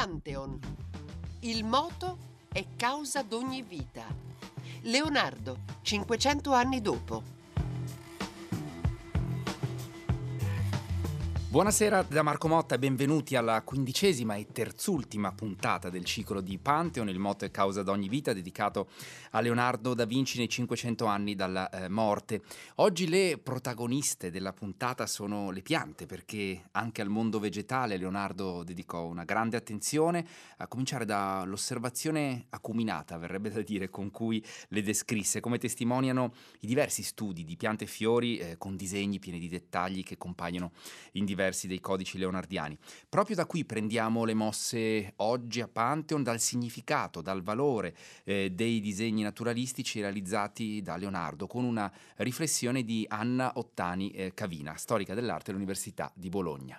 Pantheon. Il moto è causa d'ogni vita. Leonardo, 500 anni dopo. Buonasera da Marco Motta e benvenuti alla 15ª e terzultima puntata del ciclo di Pantheon, il moto è causa d'ogni vita, dedicato a Leonardo da Vinci nei 500 anni dalla morte. Oggi le protagoniste della puntata sono le piante, perché anche al mondo vegetale Leonardo dedicò una grande attenzione, a cominciare dall'osservazione acuminata, verrebbe da dire, con cui le descrisse, come testimoniano i diversi studi di piante e fiori con disegni pieni di dettagli che compaiono in diversi dei codici leonardiani. Proprio da qui prendiamo le mosse oggi a Pantheon, dal significato, dal valore dei disegni naturalistici realizzati da Leonardo, con una riflessione di Anna Ottani Cavina, storica dell'arte all'Università di Bologna.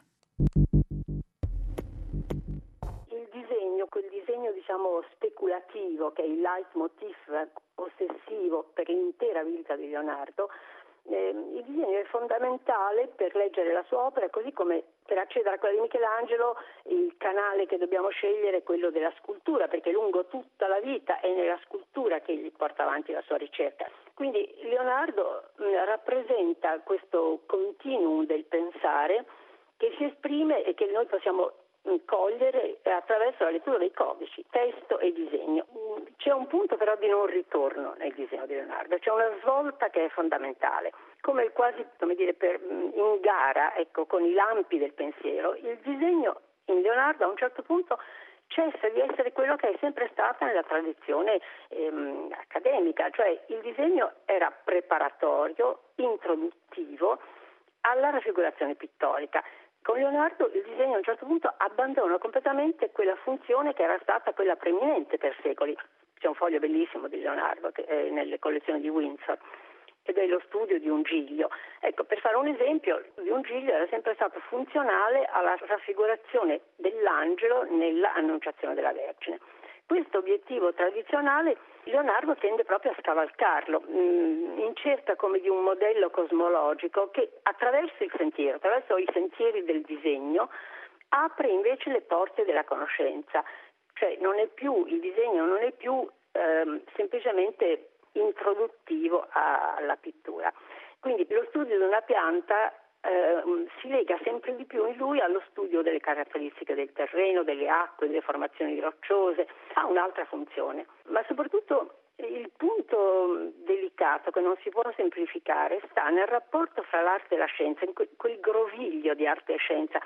Quel disegno speculativo, che è il leitmotiv ossessivo per l'intera vita di Leonardo, il disegno è fondamentale per leggere la sua opera, così come per accedere a quella di Michelangelo il canale che dobbiamo scegliere è quello della scultura, perché lungo tutta la vita è nella scultura che egli porta avanti la sua ricerca. Quindi Leonardo rappresenta questo continuum del pensare che si esprime e che noi possiamo cogliere attraverso la lettura dei codici, testo e disegno. C'è un punto però di non ritorno nel disegno di Leonardo, c'è una svolta che è fondamentale, come quasi in gara, con i lampi del pensiero. Il disegno in Leonardo a un certo punto cessa di essere quello che è sempre stata nella tradizione accademica, cioè il disegno era preparatorio, introduttivo alla raffigurazione pittorica. Con Leonardo il disegno a un certo punto abbandona completamente quella funzione che era stata quella preeminente per secoli. C'è un foglio bellissimo di Leonardo che è nelle collezioni di Windsor ed è lo studio di un giglio. Per fare un esempio, di un giglio era sempre stato funzionale alla raffigurazione dell'angelo nella Annunciazione della Vergine. Questo obiettivo tradizionale Leonardo tende proprio a scavalcarlo, in cerca come di un modello cosmologico che attraverso i sentieri del disegno, apre invece le porte della conoscenza. Cioè il disegno non è più semplicemente introduttivo alla pittura. Quindi lo studio di una pianta si lega sempre di più in lui allo studio delle caratteristiche del terreno, delle acque, delle formazioni rocciose, ha un'altra funzione. Ma soprattutto il punto delicato che non si può semplificare sta nel rapporto fra l'arte e la scienza, in quel groviglio di arte e scienza.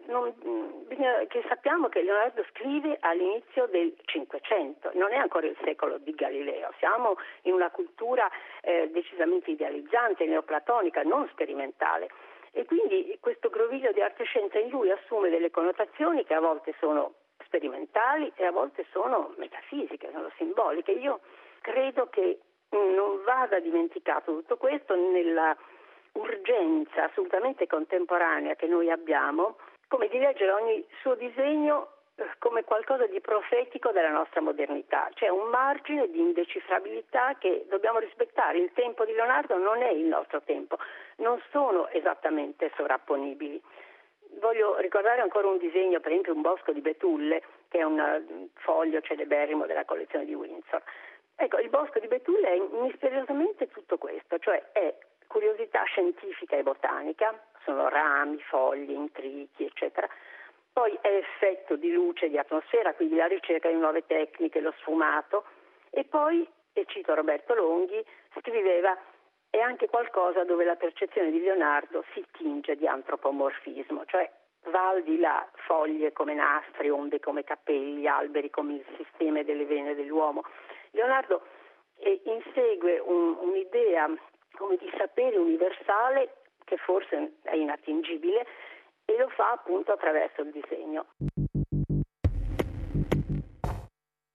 Che sappiamo che Leonardo scrive all'inizio del Cinquecento, non è ancora il secolo di Galileo, siamo in una cultura decisamente idealizzante, neoplatonica, non sperimentale. E quindi questo groviglio di arte e scienza in lui assume delle connotazioni che a volte sono sperimentali e a volte sono metafisiche, sono simboliche. Io credo che non vada dimenticato tutto questo nella urgenza assolutamente contemporanea che noi abbiamo, come di leggere ogni suo disegno come qualcosa di profetico della nostra modernità. C'è un margine di indecifrabilità che dobbiamo rispettare. Il tempo di Leonardo non è il nostro tempo, non sono esattamente sovrapponibili. Voglio ricordare ancora un disegno, per esempio un bosco di betulle, che è un foglio celeberrimo della collezione di Windsor. Il bosco di betulle è misteriosamente tutto questo, cioè è curiosità scientifica e botanica, sono rami, foglie, intrichi, eccetera. Poi è effetto di luce, di atmosfera, quindi la ricerca di nuove tecniche, lo sfumato. E poi, e cito Roberto Longhi, scriveva, è anche qualcosa dove la percezione di Leonardo si tinge di antropomorfismo, cioè va al di là, foglie come nastri, onde come capelli, alberi come il sistema delle vene dell'uomo. Leonardo insegue un'idea come di sapere universale che forse è inattingibile e lo fa appunto attraverso il disegno.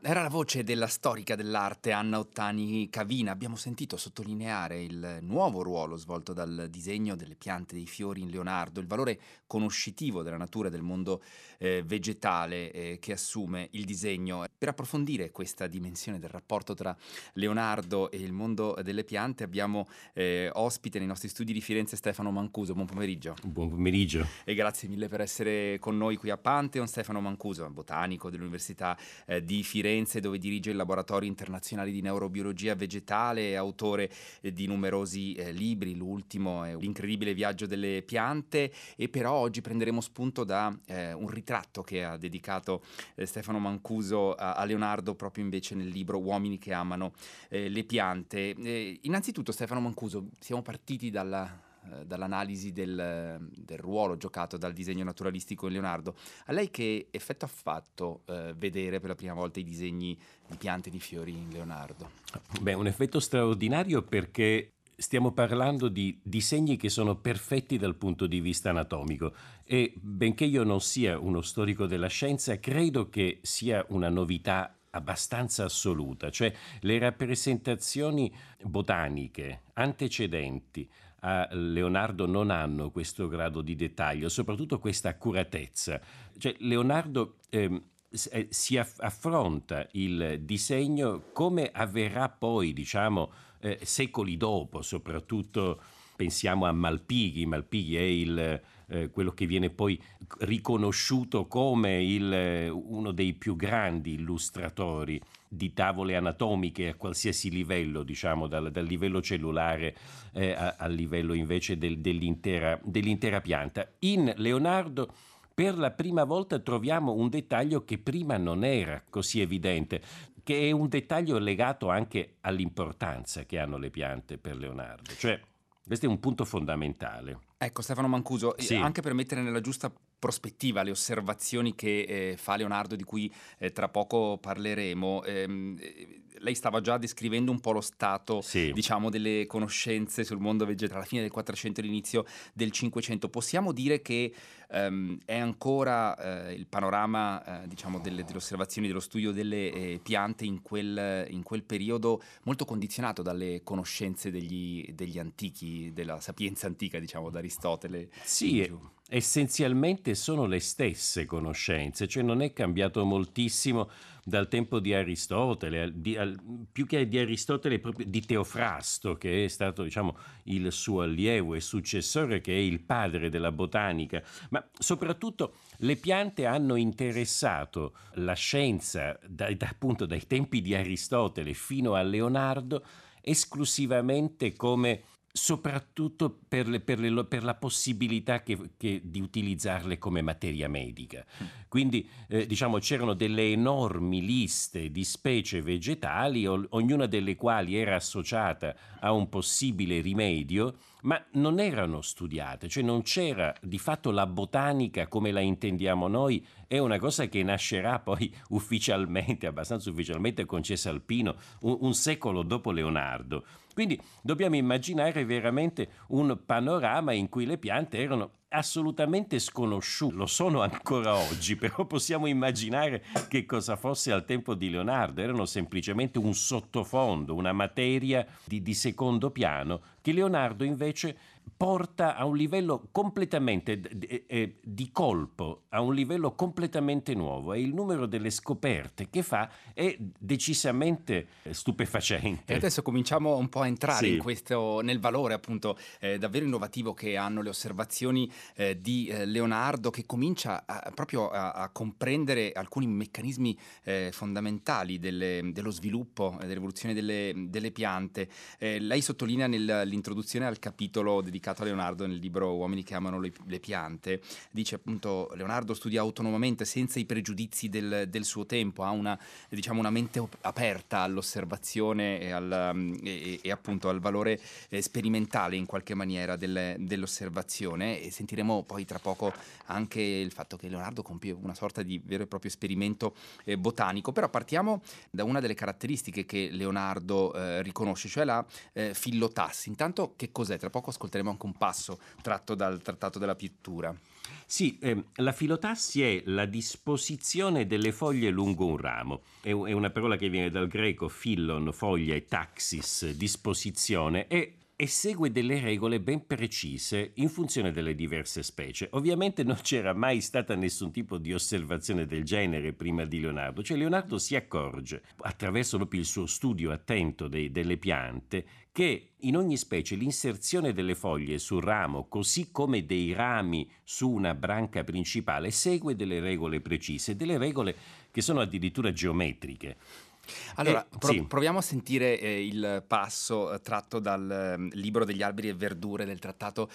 Era la voce della storica dell'arte Anna Ottani Cavina. Abbiamo sentito sottolineare il nuovo ruolo svolto dal disegno delle piante e dei fiori in Leonardo, il valore conoscitivo della natura e del mondo vegetale che assume il disegno. Per approfondire questa dimensione del rapporto tra Leonardo e il mondo delle piante abbiamo ospite nei nostri studi di Firenze Stefano Mancuso. Buon pomeriggio. Buon pomeriggio. E grazie mille per essere con noi qui a Pantheon. Stefano Mancuso, botanico dell'Università di Firenze, dove dirige il Laboratorio Internazionale di Neurobiologia Vegetale, è autore di numerosi libri, l'ultimo è L'incredibile viaggio delle piante, e però oggi prenderemo spunto da un ritratto che ha dedicato Stefano Mancuso a Leonardo, proprio invece nel libro Uomini che amano le piante. Innanzitutto, Stefano Mancuso, siamo partiti dall'analisi del ruolo giocato dal disegno naturalistico in Leonardo. A lei che effetto ha fatto vedere per la prima volta i disegni di piante e di fiori in Leonardo? Beh, un effetto straordinario, perché stiamo parlando di disegni che sono perfetti dal punto di vista anatomico e, benché io non sia uno storico della scienza, credo che sia una novità abbastanza assoluta, cioè le rappresentazioni botaniche antecedenti a Leonardo non hanno questo grado di dettaglio, soprattutto questa accuratezza. Cioè Leonardo si affronta il disegno come avverrà poi, diciamo, secoli dopo, soprattutto pensiamo a Malpighi. Malpighi è quello che viene poi riconosciuto come uno dei più grandi illustratori di tavole anatomiche a qualsiasi livello, diciamo dal livello cellulare al livello invece dell'intera pianta. In Leonardo per la prima volta troviamo un dettaglio che prima non era così evidente, che è un dettaglio legato anche all'importanza che hanno le piante per Leonardo. Cioè, questo è un punto fondamentale. Ecco, Stefano Mancuso, Sì. Anche per mettere nella giusta prospettiva le osservazioni che fa Leonardo, di cui tra poco parleremo, lei stava già descrivendo un po' lo stato, Sì. diciamo, delle conoscenze sul mondo vegetale alla fine del 400 e l'inizio del 500. Possiamo dire che è ancora il panorama diciamo delle osservazioni, dello studio delle piante in quel periodo molto condizionato dalle conoscenze degli antichi, della sapienza antica, diciamo, da Aristotele. Sì, essenzialmente sono le stesse conoscenze, cioè non è cambiato moltissimo dal tempo di Aristotele, più che di Aristotele proprio di Teofrasto, che è stato, diciamo, il suo allievo e successore, che è il padre della botanica. Ma soprattutto le piante hanno interessato la scienza appunto dai tempi di Aristotele fino a Leonardo esclusivamente come, soprattutto per la possibilità di utilizzarle come materia medica. Quindi diciamo c'erano delle enormi liste di specie vegetali, ognuna delle quali era associata a un possibile rimedio, ma non erano studiate, cioè non c'era di fatto la botanica come la intendiamo noi. È una cosa che nascerà poi ufficialmente, abbastanza ufficialmente, con Cesalpino un secolo dopo Leonardo. Quindi dobbiamo immaginare veramente un panorama in cui le piante erano assolutamente sconosciute, lo sono ancora oggi, però possiamo immaginare che cosa fosse al tempo di Leonardo. Erano semplicemente un sottofondo, una materia di secondo piano, che Leonardo invece porta a un livello completamente di colpo, a un livello completamente nuovo, e il numero delle scoperte che fa è decisamente stupefacente. E adesso cominciamo un po' a entrare Sì. in questo, nel valore appunto davvero innovativo che hanno le osservazioni di Leonardo, che comincia proprio a comprendere alcuni meccanismi fondamentali dello sviluppo e dell'evoluzione delle piante. Lei sottolinea nell'introduzione al capitolo dedicato a Leonardo nel libro Uomini che amano le piante, dice appunto: Leonardo studia autonomamente senza i pregiudizi del suo tempo, ha una mente aperta all'osservazione e appunto al valore sperimentale in qualche maniera dell'osservazione, e sentiremo poi tra poco anche il fatto che Leonardo compie una sorta di vero e proprio esperimento botanico. Però partiamo da una delle caratteristiche che Leonardo riconosce, cioè la fillotassi. Intanto, che cos'è? Tra poco ascolteremo anche un passo tratto dal Trattato della Pittura. Sì, la filotassi è la disposizione delle foglie lungo un ramo. È una parola che viene dal greco phylon, foglia, e taxis, disposizione, e segue delle regole ben precise in funzione delle diverse specie. Ovviamente non c'era mai stata nessun tipo di osservazione del genere prima di Leonardo. Cioè Leonardo si accorge, attraverso proprio il suo studio attento delle piante, che in ogni specie l'inserzione delle foglie sul ramo, così come dei rami su una branca principale, segue delle regole precise, delle regole che sono addirittura geometriche. Allora, Sì. proviamo a sentire il passo tratto dal libro degli alberi e verdure del trattato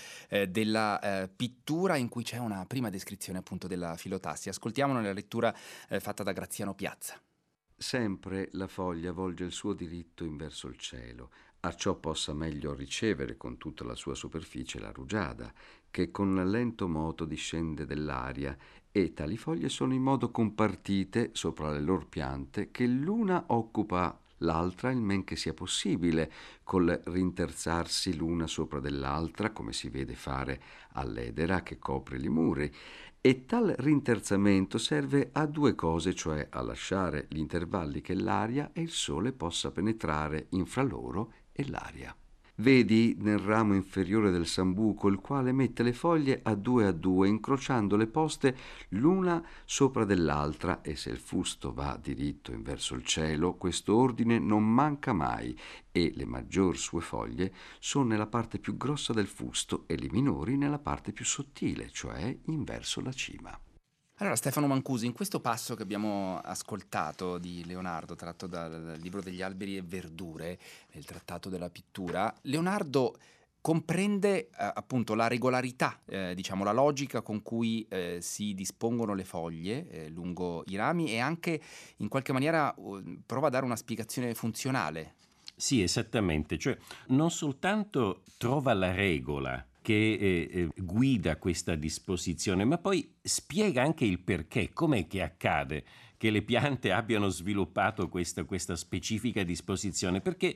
della pittura, in cui c'è una prima descrizione appunto della filotassi. Ascoltiamo nella lettura fatta da Graziano Piazza. Sempre la foglia volge il suo diritto in verso il cielo, a ciò possa meglio ricevere con tutta la sua superficie la rugiada, che con lento moto discende dell'aria, e tali foglie sono in modo compartite sopra le loro piante, che l'una occupa l'altra il men che sia possibile, col rinterzarsi l'una sopra dell'altra, come si vede fare all'edera che copre i muri. E tal rinterzamento serve a due cose, cioè a lasciare gli intervalli che l'aria e il sole possa penetrare in fra loro e l'aria. Vedi nel ramo inferiore del sambuco, il quale mette le foglie a due, incrociando le poste l'una sopra dell'altra, e se il fusto va diritto in verso il cielo, questo ordine non manca mai, e le maggior sue foglie sono nella parte più grossa del fusto e le minori nella parte più sottile, cioè in verso la cima. Allora, Stefano Mancusi, in questo passo che abbiamo ascoltato di Leonardo, tratto dal libro degli alberi e verdure, nel trattato della pittura, Leonardo comprende appunto la regolarità, diciamo la logica con cui si dispongono le foglie lungo i rami, e anche in qualche maniera prova a dare una spiegazione funzionale. Sì, esattamente, cioè non soltanto trova la regola che guida questa disposizione, ma poi spiega anche il perché, com'è che accade che le piante abbiano sviluppato questa specifica disposizione, perché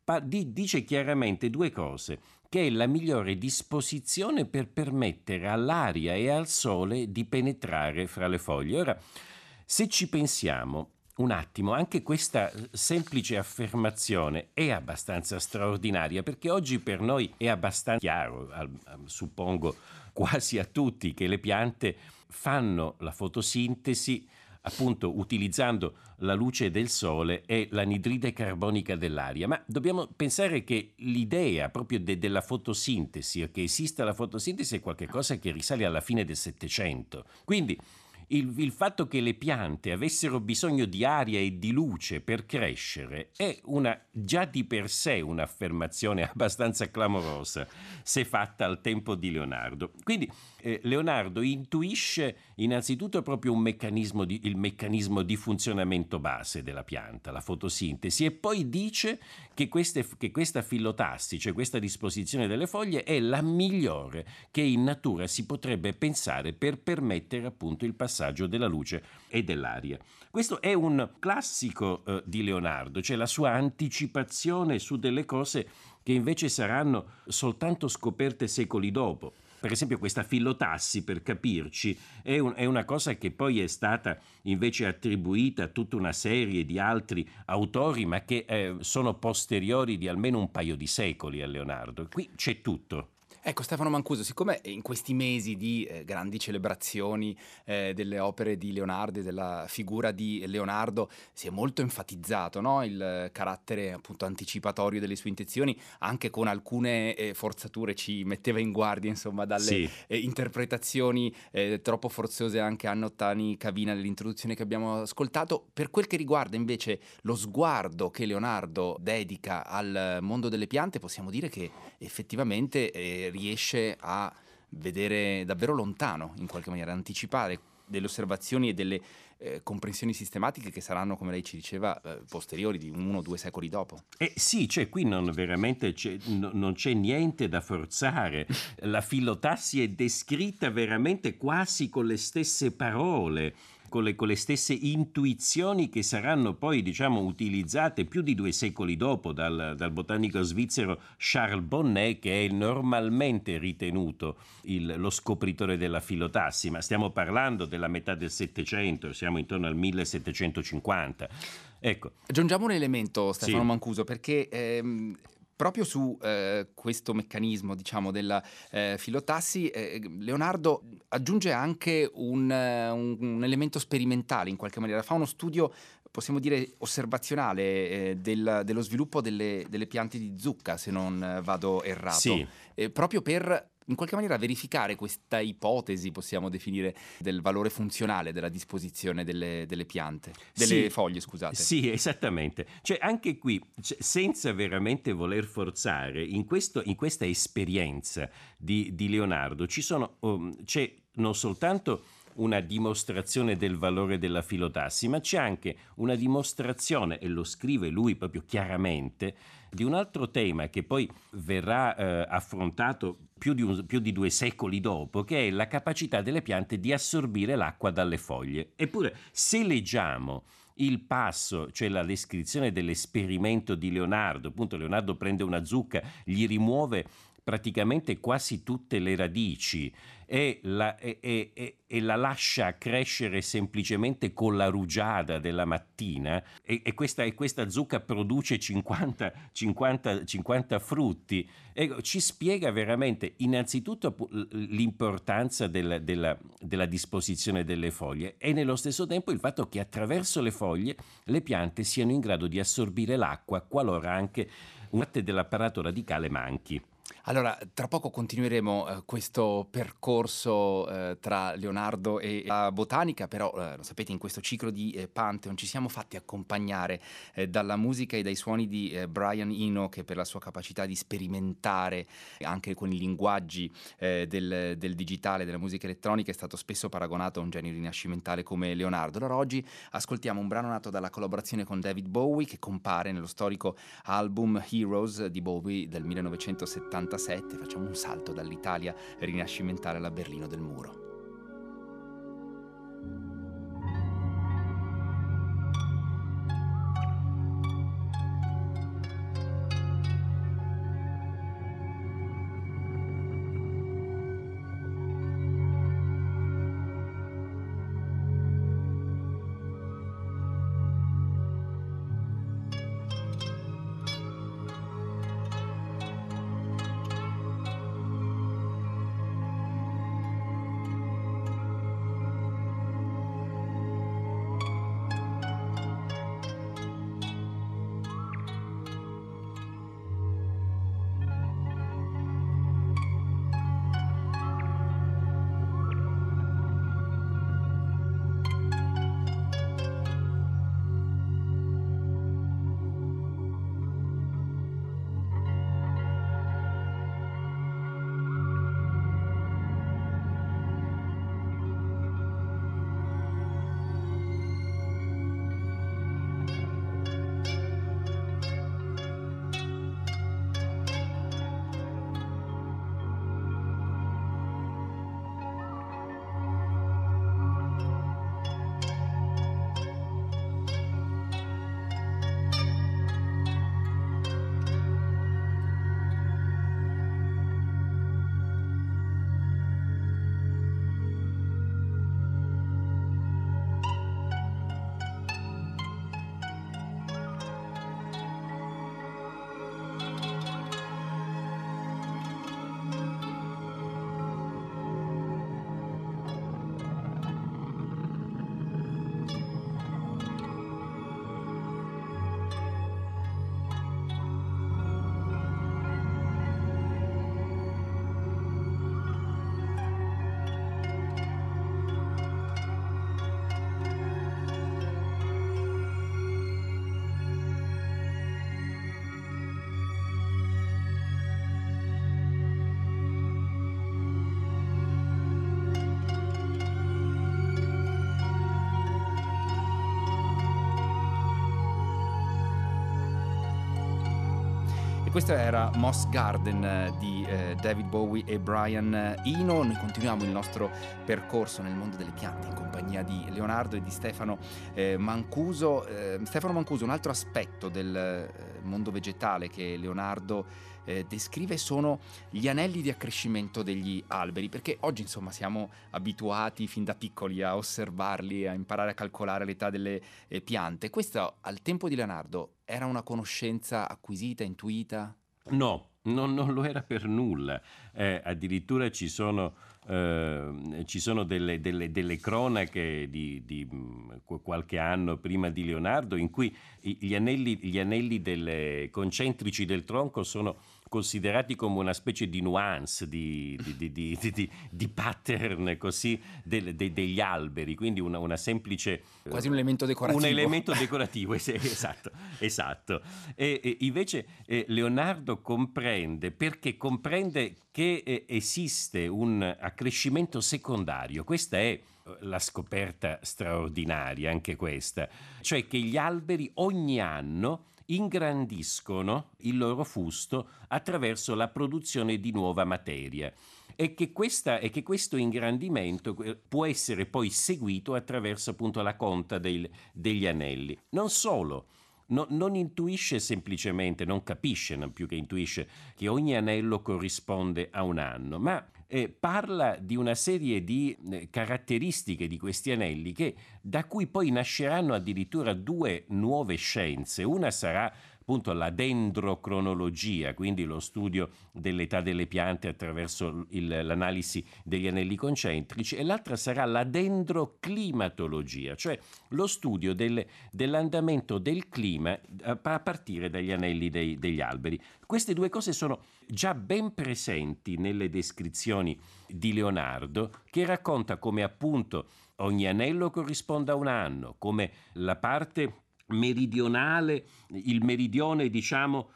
dice chiaramente due cose: che è la migliore disposizione per permettere all'aria e al sole di penetrare fra le foglie. Ora, se ci pensiamo un attimo, anche questa semplice affermazione è abbastanza straordinaria, perché oggi per noi è abbastanza chiaro, suppongo quasi a tutti, che le piante fanno la fotosintesi appunto utilizzando la luce del sole e l'anidride carbonica dell'aria, ma dobbiamo pensare che l'idea proprio della fotosintesi, che esista la fotosintesi, è qualcosa che risale alla fine del Settecento. Quindi il fatto che le piante avessero bisogno di aria e di luce per crescere è già di per sé un'affermazione abbastanza clamorosa, se fatta al tempo di Leonardo. Quindi Leonardo intuisce innanzitutto proprio il meccanismo di funzionamento base della pianta, la fotosintesi, e poi dice che questa filotassi, cioè questa disposizione delle foglie, è la migliore che in natura si potrebbe pensare per permettere appunto il passaggio della luce e dell'aria. Questo è un classico di Leonardo, cioè la sua anticipazione su delle cose che invece saranno soltanto scoperte secoli dopo. Per esempio questa filotassi, per capirci, è una cosa che poi è stata invece attribuita a tutta una serie di altri autori, ma che sono posteriori di almeno un paio di secoli a Leonardo. Qui c'è tutto. Ecco, Stefano Mancuso, siccome in questi mesi di grandi celebrazioni delle opere di Leonardo e della figura di Leonardo si è molto enfatizzato, no? Il carattere appunto anticipatorio delle sue intenzioni, anche con alcune forzature, ci metteva in guardia insomma dalle interpretazioni troppo forzose anche Anna Ottani Cavina nell'introduzione che abbiamo ascoltato. Per quel che riguarda invece lo sguardo che Leonardo dedica al mondo delle piante, possiamo dire che effettivamente riesce a vedere davvero lontano, in qualche maniera, anticipare delle osservazioni e delle comprensioni sistematiche che saranno, come lei ci diceva, posteriori di 1 o 2 secoli dopo. Sì, cioè qui non c'è niente da forzare. La filotassi è descritta veramente quasi con le stesse parole con le stesse intuizioni che saranno poi, diciamo, utilizzate più di 2 secoli dopo dal botanico svizzero Charles Bonnet, che è normalmente ritenuto lo scopritore della filotassi, ma stiamo parlando della metà del Settecento, siamo intorno al 1750. Ecco. Aggiungiamo un elemento, Stefano Sì. Mancuso, perché proprio su questo meccanismo, diciamo, della filotassi, Leonardo aggiunge anche un elemento sperimentale in qualche maniera. Fa uno studio, possiamo dire, osservazionale dello sviluppo delle piante di zucca, se non vado errato. Sì. Proprio per in qualche maniera verificare questa ipotesi, possiamo definire, del valore funzionale della disposizione delle piante, delle Sì, foglie, scusate. Sì, esattamente. Cioè, anche qui, senza veramente voler forzare, in questa esperienza di Leonardo c'è non soltanto una dimostrazione del valore della filotassi, ma c'è anche una dimostrazione, e lo scrive lui proprio chiaramente, di un altro tema che poi verrà affrontato più di 2 secoli dopo, che è la capacità delle piante di assorbire l'acqua dalle foglie. Eppure, se leggiamo il passo, cioè la descrizione dell'esperimento di Leonardo, appunto Leonardo prende una zucca, gli rimuove praticamente quasi tutte le radici e la lascia crescere semplicemente con la rugiada della mattina e questa zucca produce 50 frutti. Ecco, ci spiega veramente innanzitutto l'importanza della disposizione delle foglie e nello stesso tempo il fatto che attraverso le foglie le piante siano in grado di assorbire l'acqua qualora anche una parte dell'apparato radicale manchi. Allora, tra poco continueremo questo percorso tra Leonardo e la botanica, però lo sapete, in questo ciclo di Pantheon ci siamo fatti accompagnare dalla musica e dai suoni di Brian Eno, che per la sua capacità di sperimentare anche con i linguaggi del digitale, della musica elettronica, è stato spesso paragonato a un genio rinascimentale come Leonardo. Allora oggi ascoltiamo un brano nato dalla collaborazione con David Bowie, che compare nello storico album Heroes di Bowie del 1977. Facciamo un salto dall'Italia rinascimentale alla Berlino del Muro. Questo era Moss Garden di David Bowie e Brian Eno. Noi continuiamo il nostro percorso nel mondo delle piante in compagnia di Leonardo e di Stefano Mancuso. Stefano Mancuso, un altro aspetto del mondo vegetale che Leonardo descrive sono gli anelli di accrescimento degli alberi, perché oggi insomma siamo abituati fin da piccoli a osservarli, a imparare a calcolare l'età delle piante. Questo al tempo di Leonardo era una conoscenza acquisita, intuita? No, non lo era per nulla. Addirittura ci sono delle cronache di qualche anno prima di Leonardo in cui gli anelli concentrici del tronco sono considerati come una specie di nuance, di pattern così degli alberi, quindi una semplice... Quasi un elemento decorativo. Un elemento decorativo, esatto. E invece Leonardo comprende che esiste un accrescimento secondario. Questa è la scoperta straordinaria, anche questa, cioè che gli alberi ogni anno ingrandiscono il loro fusto attraverso la produzione di nuova materia e che questo ingrandimento può essere poi seguito attraverso appunto la conta degli anelli. Non solo, non intuisce semplicemente, non capisce, non più che intuisce, che ogni anello corrisponde a un anno, ma parla di una serie di caratteristiche di questi anelli da cui poi nasceranno addirittura due nuove scienze. Una sarà appunto la dendrocronologia, quindi lo studio dell'età delle piante attraverso l'analisi degli anelli concentrici, e l'altra sarà la dendroclimatologia, cioè lo studio dell'andamento del clima a partire dagli anelli degli alberi. Queste due cose sono già ben presenti nelle descrizioni di Leonardo, che racconta come appunto ogni anello corrisponda a un anno, come la parte meridionale, il meridione diciamo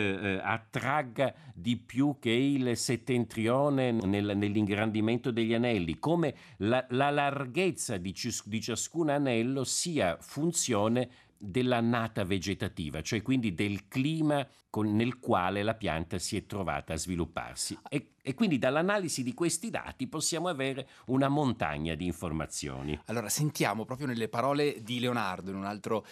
attragga di più che il settentrione nell'ingrandimento degli anelli, come la larghezza di ciascun anello sia funzione dell'annata vegetativa, cioè quindi del clima nel quale la pianta si è trovata a svilupparsi. E quindi dall'analisi di questi dati possiamo avere una montagna di informazioni. Allora sentiamo proprio nelle parole di Leonardo, in un altro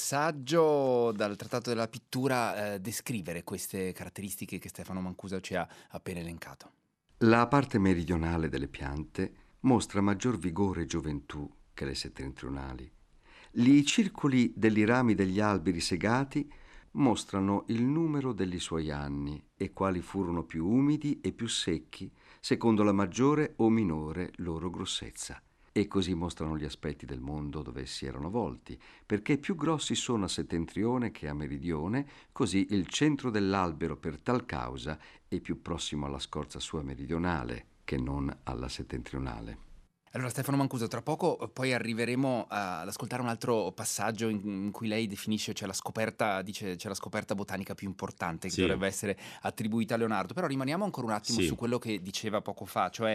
passaggio dal Trattato della Pittura, descrivere queste caratteristiche che Stefano Mancuso ci ha appena elencato. La parte meridionale delle piante mostra maggior vigore e gioventù che le settentrionali. I circoli dei rami degli alberi segati mostrano il numero degli suoi anni e quali furono più umidi e più secchi, secondo la maggiore o minore loro grossezza. E così mostrano gli aspetti del mondo dove si erano volti, perché più grossi sono a settentrione che a meridione, così il centro dell'albero per tal causa è più prossimo alla scorza sua meridionale che non alla settentrionale. Allora Stefano Mancuso, tra poco poi arriveremo ad ascoltare un altro passaggio in cui lei definisce, c'è la scoperta botanica più importante che dovrebbe essere attribuita a Leonardo, però rimaniamo ancora un attimo su quello che diceva poco fa, cioè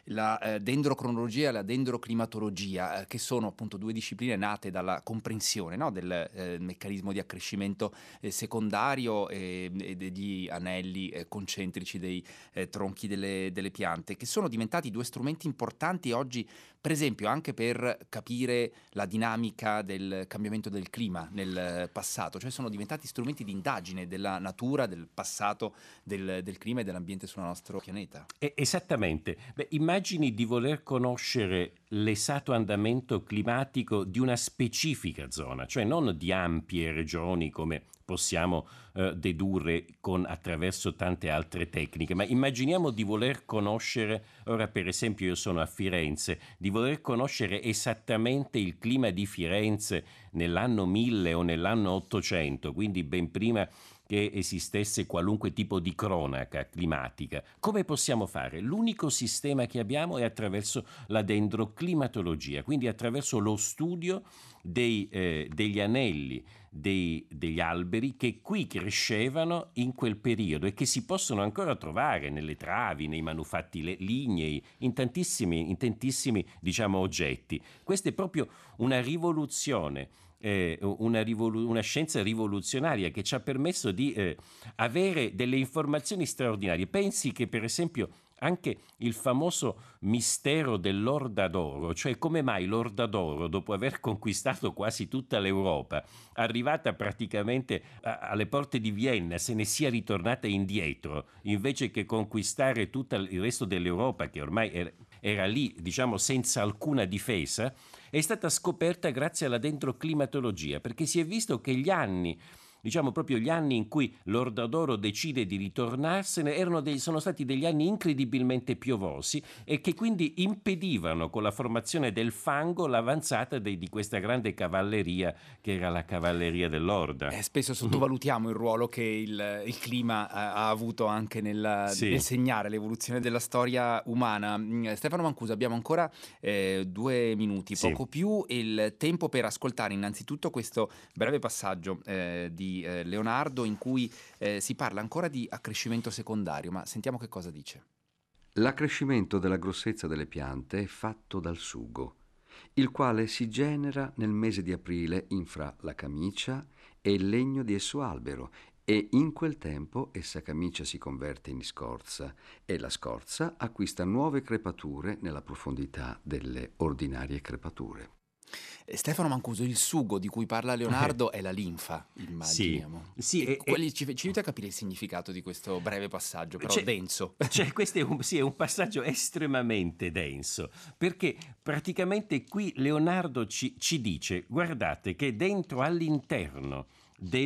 la dendrocronologia e la dendroclimatologia, che sono appunto due discipline nate dalla comprensione, no, del meccanismo di accrescimento secondario e degli anelli concentrici dei tronchi delle piante, che sono diventati due strumenti importanti oggi, per esempio anche per capire la dinamica del cambiamento del clima nel passato, cioè sono diventati strumenti di indagine della natura, del passato, del clima e dell'ambiente sul nostro pianeta. Esattamente. Immagini di voler conoscere l'esatto andamento climatico di una specifica zona, cioè non di ampie regioni come possiamo dedurre attraverso tante altre tecniche, ma immaginiamo di voler conoscere, ora per esempio io sono a Firenze, di voler conoscere esattamente il clima di Firenze nell'anno 1000 o nell'anno 800, quindi ben prima che esistesse qualunque tipo di cronaca climatica. Come possiamo fare? L'unico sistema che abbiamo è attraverso la dendroclimatologia, quindi attraverso lo studio degli anelli degli alberi che qui crescevano in quel periodo e che si possono ancora trovare nelle travi, nei manufatti lignei, in tantissimi diciamo oggetti. Questa è proprio una rivoluzione una scienza rivoluzionaria che ci ha permesso di avere delle informazioni straordinarie. Pensi che, per esempio, anche il famoso mistero dell'Orda d'Oro, cioè come mai l'Orda d'Oro, dopo aver conquistato quasi tutta l'Europa, arrivata praticamente alle porte di Vienna, se ne sia ritornata indietro, invece che conquistare tutto il resto dell'Europa, che ormai era lì, diciamo, senza alcuna difesa, è stata scoperta grazie alla dendroclimatologia, perché si è visto che gli anni, diciamo proprio gli anni in cui l'Orda d'Oro decide di ritornarsene, sono stati degli anni incredibilmente piovosi e che quindi impedivano con la formazione del fango l'avanzata di questa grande cavalleria che era la cavalleria dell'Orda. Spesso sottovalutiamo il ruolo che il clima ha avuto anche nel segnare l'evoluzione della storia umana. Stefano Mancuso, abbiamo ancora 2 minuti, poco più, il tempo per ascoltare innanzitutto questo breve passaggio di Leonardo in cui si parla ancora di accrescimento secondario, ma sentiamo che cosa dice. L'accrescimento della grossezza delle piante è fatto dal sugo, il quale si genera nel mese di aprile infra la camicia e il legno di esso albero, e in quel tempo essa camicia si converte in scorza e la scorza acquista nuove crepature nella profondità delle ordinarie crepature. Stefano Mancuso, il sugo di cui parla Leonardo è la linfa, immaginiamo. Sì, ci aiuta a capire il significato di questo breve passaggio, però denso. Questo è un passaggio estremamente denso, perché praticamente qui Leonardo ci dice, guardate che dentro all'interno di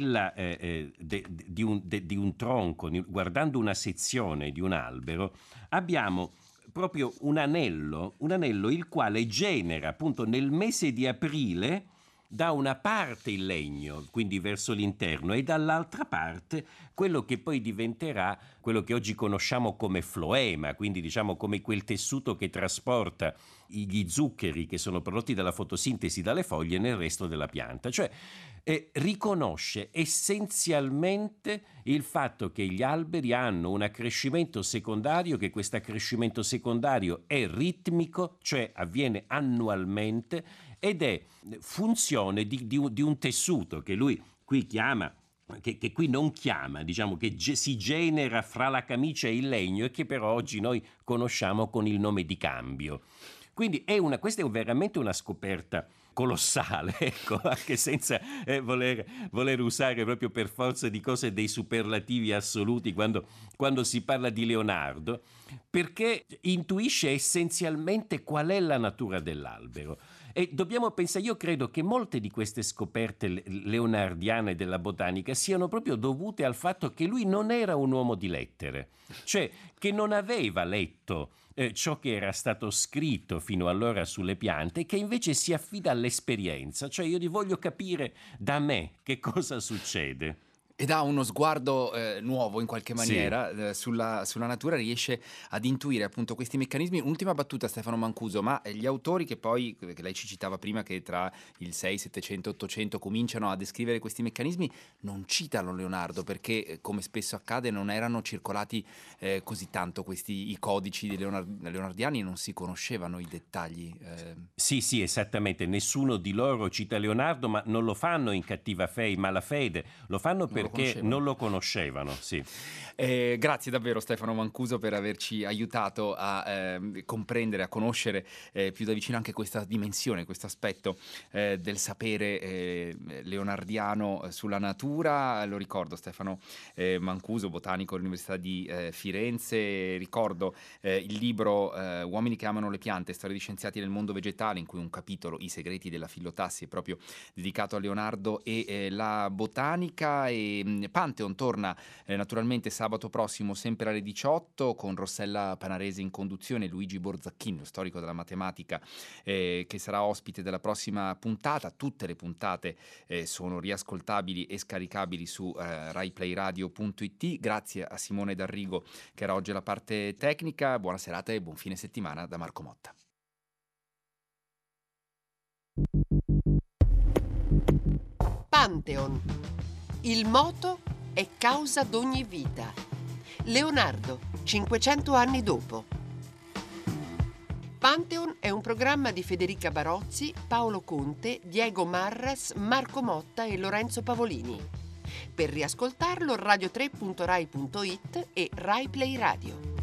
un tronco, guardando una sezione di un albero, abbiamo proprio un anello il quale genera appunto nel mese di aprile da una parte il legno, quindi verso l'interno, e dall'altra parte quello che poi diventerà quello che oggi conosciamo come floema, quindi diciamo come quel tessuto che trasporta gli zuccheri che sono prodotti dalla fotosintesi dalle foglie nel resto della pianta. Cioè riconosce essenzialmente il fatto che gli alberi hanno un accrescimento secondario, che questo accrescimento secondario è ritmico, cioè avviene annualmente, ed è funzione di un tessuto che lui qui chiama, che qui non chiama, diciamo che si genera fra la camicia e il legno e che però oggi noi conosciamo con il nome di cambio. Quindi questa è veramente una scoperta colossale, ecco, anche senza voler usare proprio per forza di cose dei superlativi assoluti quando si parla di Leonardo, perché intuisce essenzialmente qual è la natura dell'albero. E dobbiamo pensare, io credo che molte di queste scoperte leonardiane della botanica siano proprio dovute al fatto che lui non era un uomo di lettere, cioè che non aveva letto ciò che era stato scritto fino allora sulle piante, che invece si affida all'esperienza, cioè io voglio capire da me che cosa succede. E dà uno sguardo nuovo in qualche maniera sulla natura, riesce ad intuire appunto questi meccanismi. Un'ultima battuta, Stefano Mancuso, ma gli autori che lei ci citava prima, che tra il 600, 700 e 800 cominciano a descrivere questi meccanismi, non citano Leonardo perché, come spesso accade, non erano circolati così tanto i codici leonardiani, non si conoscevano i dettagli. Sì, esattamente, nessuno di loro cita Leonardo, ma non lo fanno in cattiva malafede, lo fanno perché non lo conoscevano, sì. Grazie davvero Stefano Mancuso per averci aiutato a comprendere, a conoscere più da vicino anche questa dimensione, questo aspetto del sapere leonardiano sulla natura. Lo ricordo, Stefano Mancuso, botanico all'Università di Firenze. Ricordo il libro Uomini che amano le piante, storie di scienziati nel mondo vegetale, in cui un capitolo, I segreti della fillotassi, è proprio dedicato a Leonardo e la botanica. E Pantheon torna naturalmente sabato prossimo, sempre alle 18, con Rossella Panarese in conduzione, Luigi Borzacchini, lo storico della matematica, che sarà ospite della prossima puntata. Tutte le puntate sono riascoltabili e scaricabili su raiplayradio.it. Grazie a Simone D'Arrigo, che era oggi alla parte tecnica. Buona serata e buon fine settimana da Marco Motta. Pantheon. Il moto è causa d'ogni vita. Leonardo, 500 anni dopo. Pantheon è un programma di Federica Barozzi, Paolo Conte, Diego Marras, Marco Motta e Lorenzo Pavolini. Per riascoltarlo radio3.rai.it e Rai Play Radio.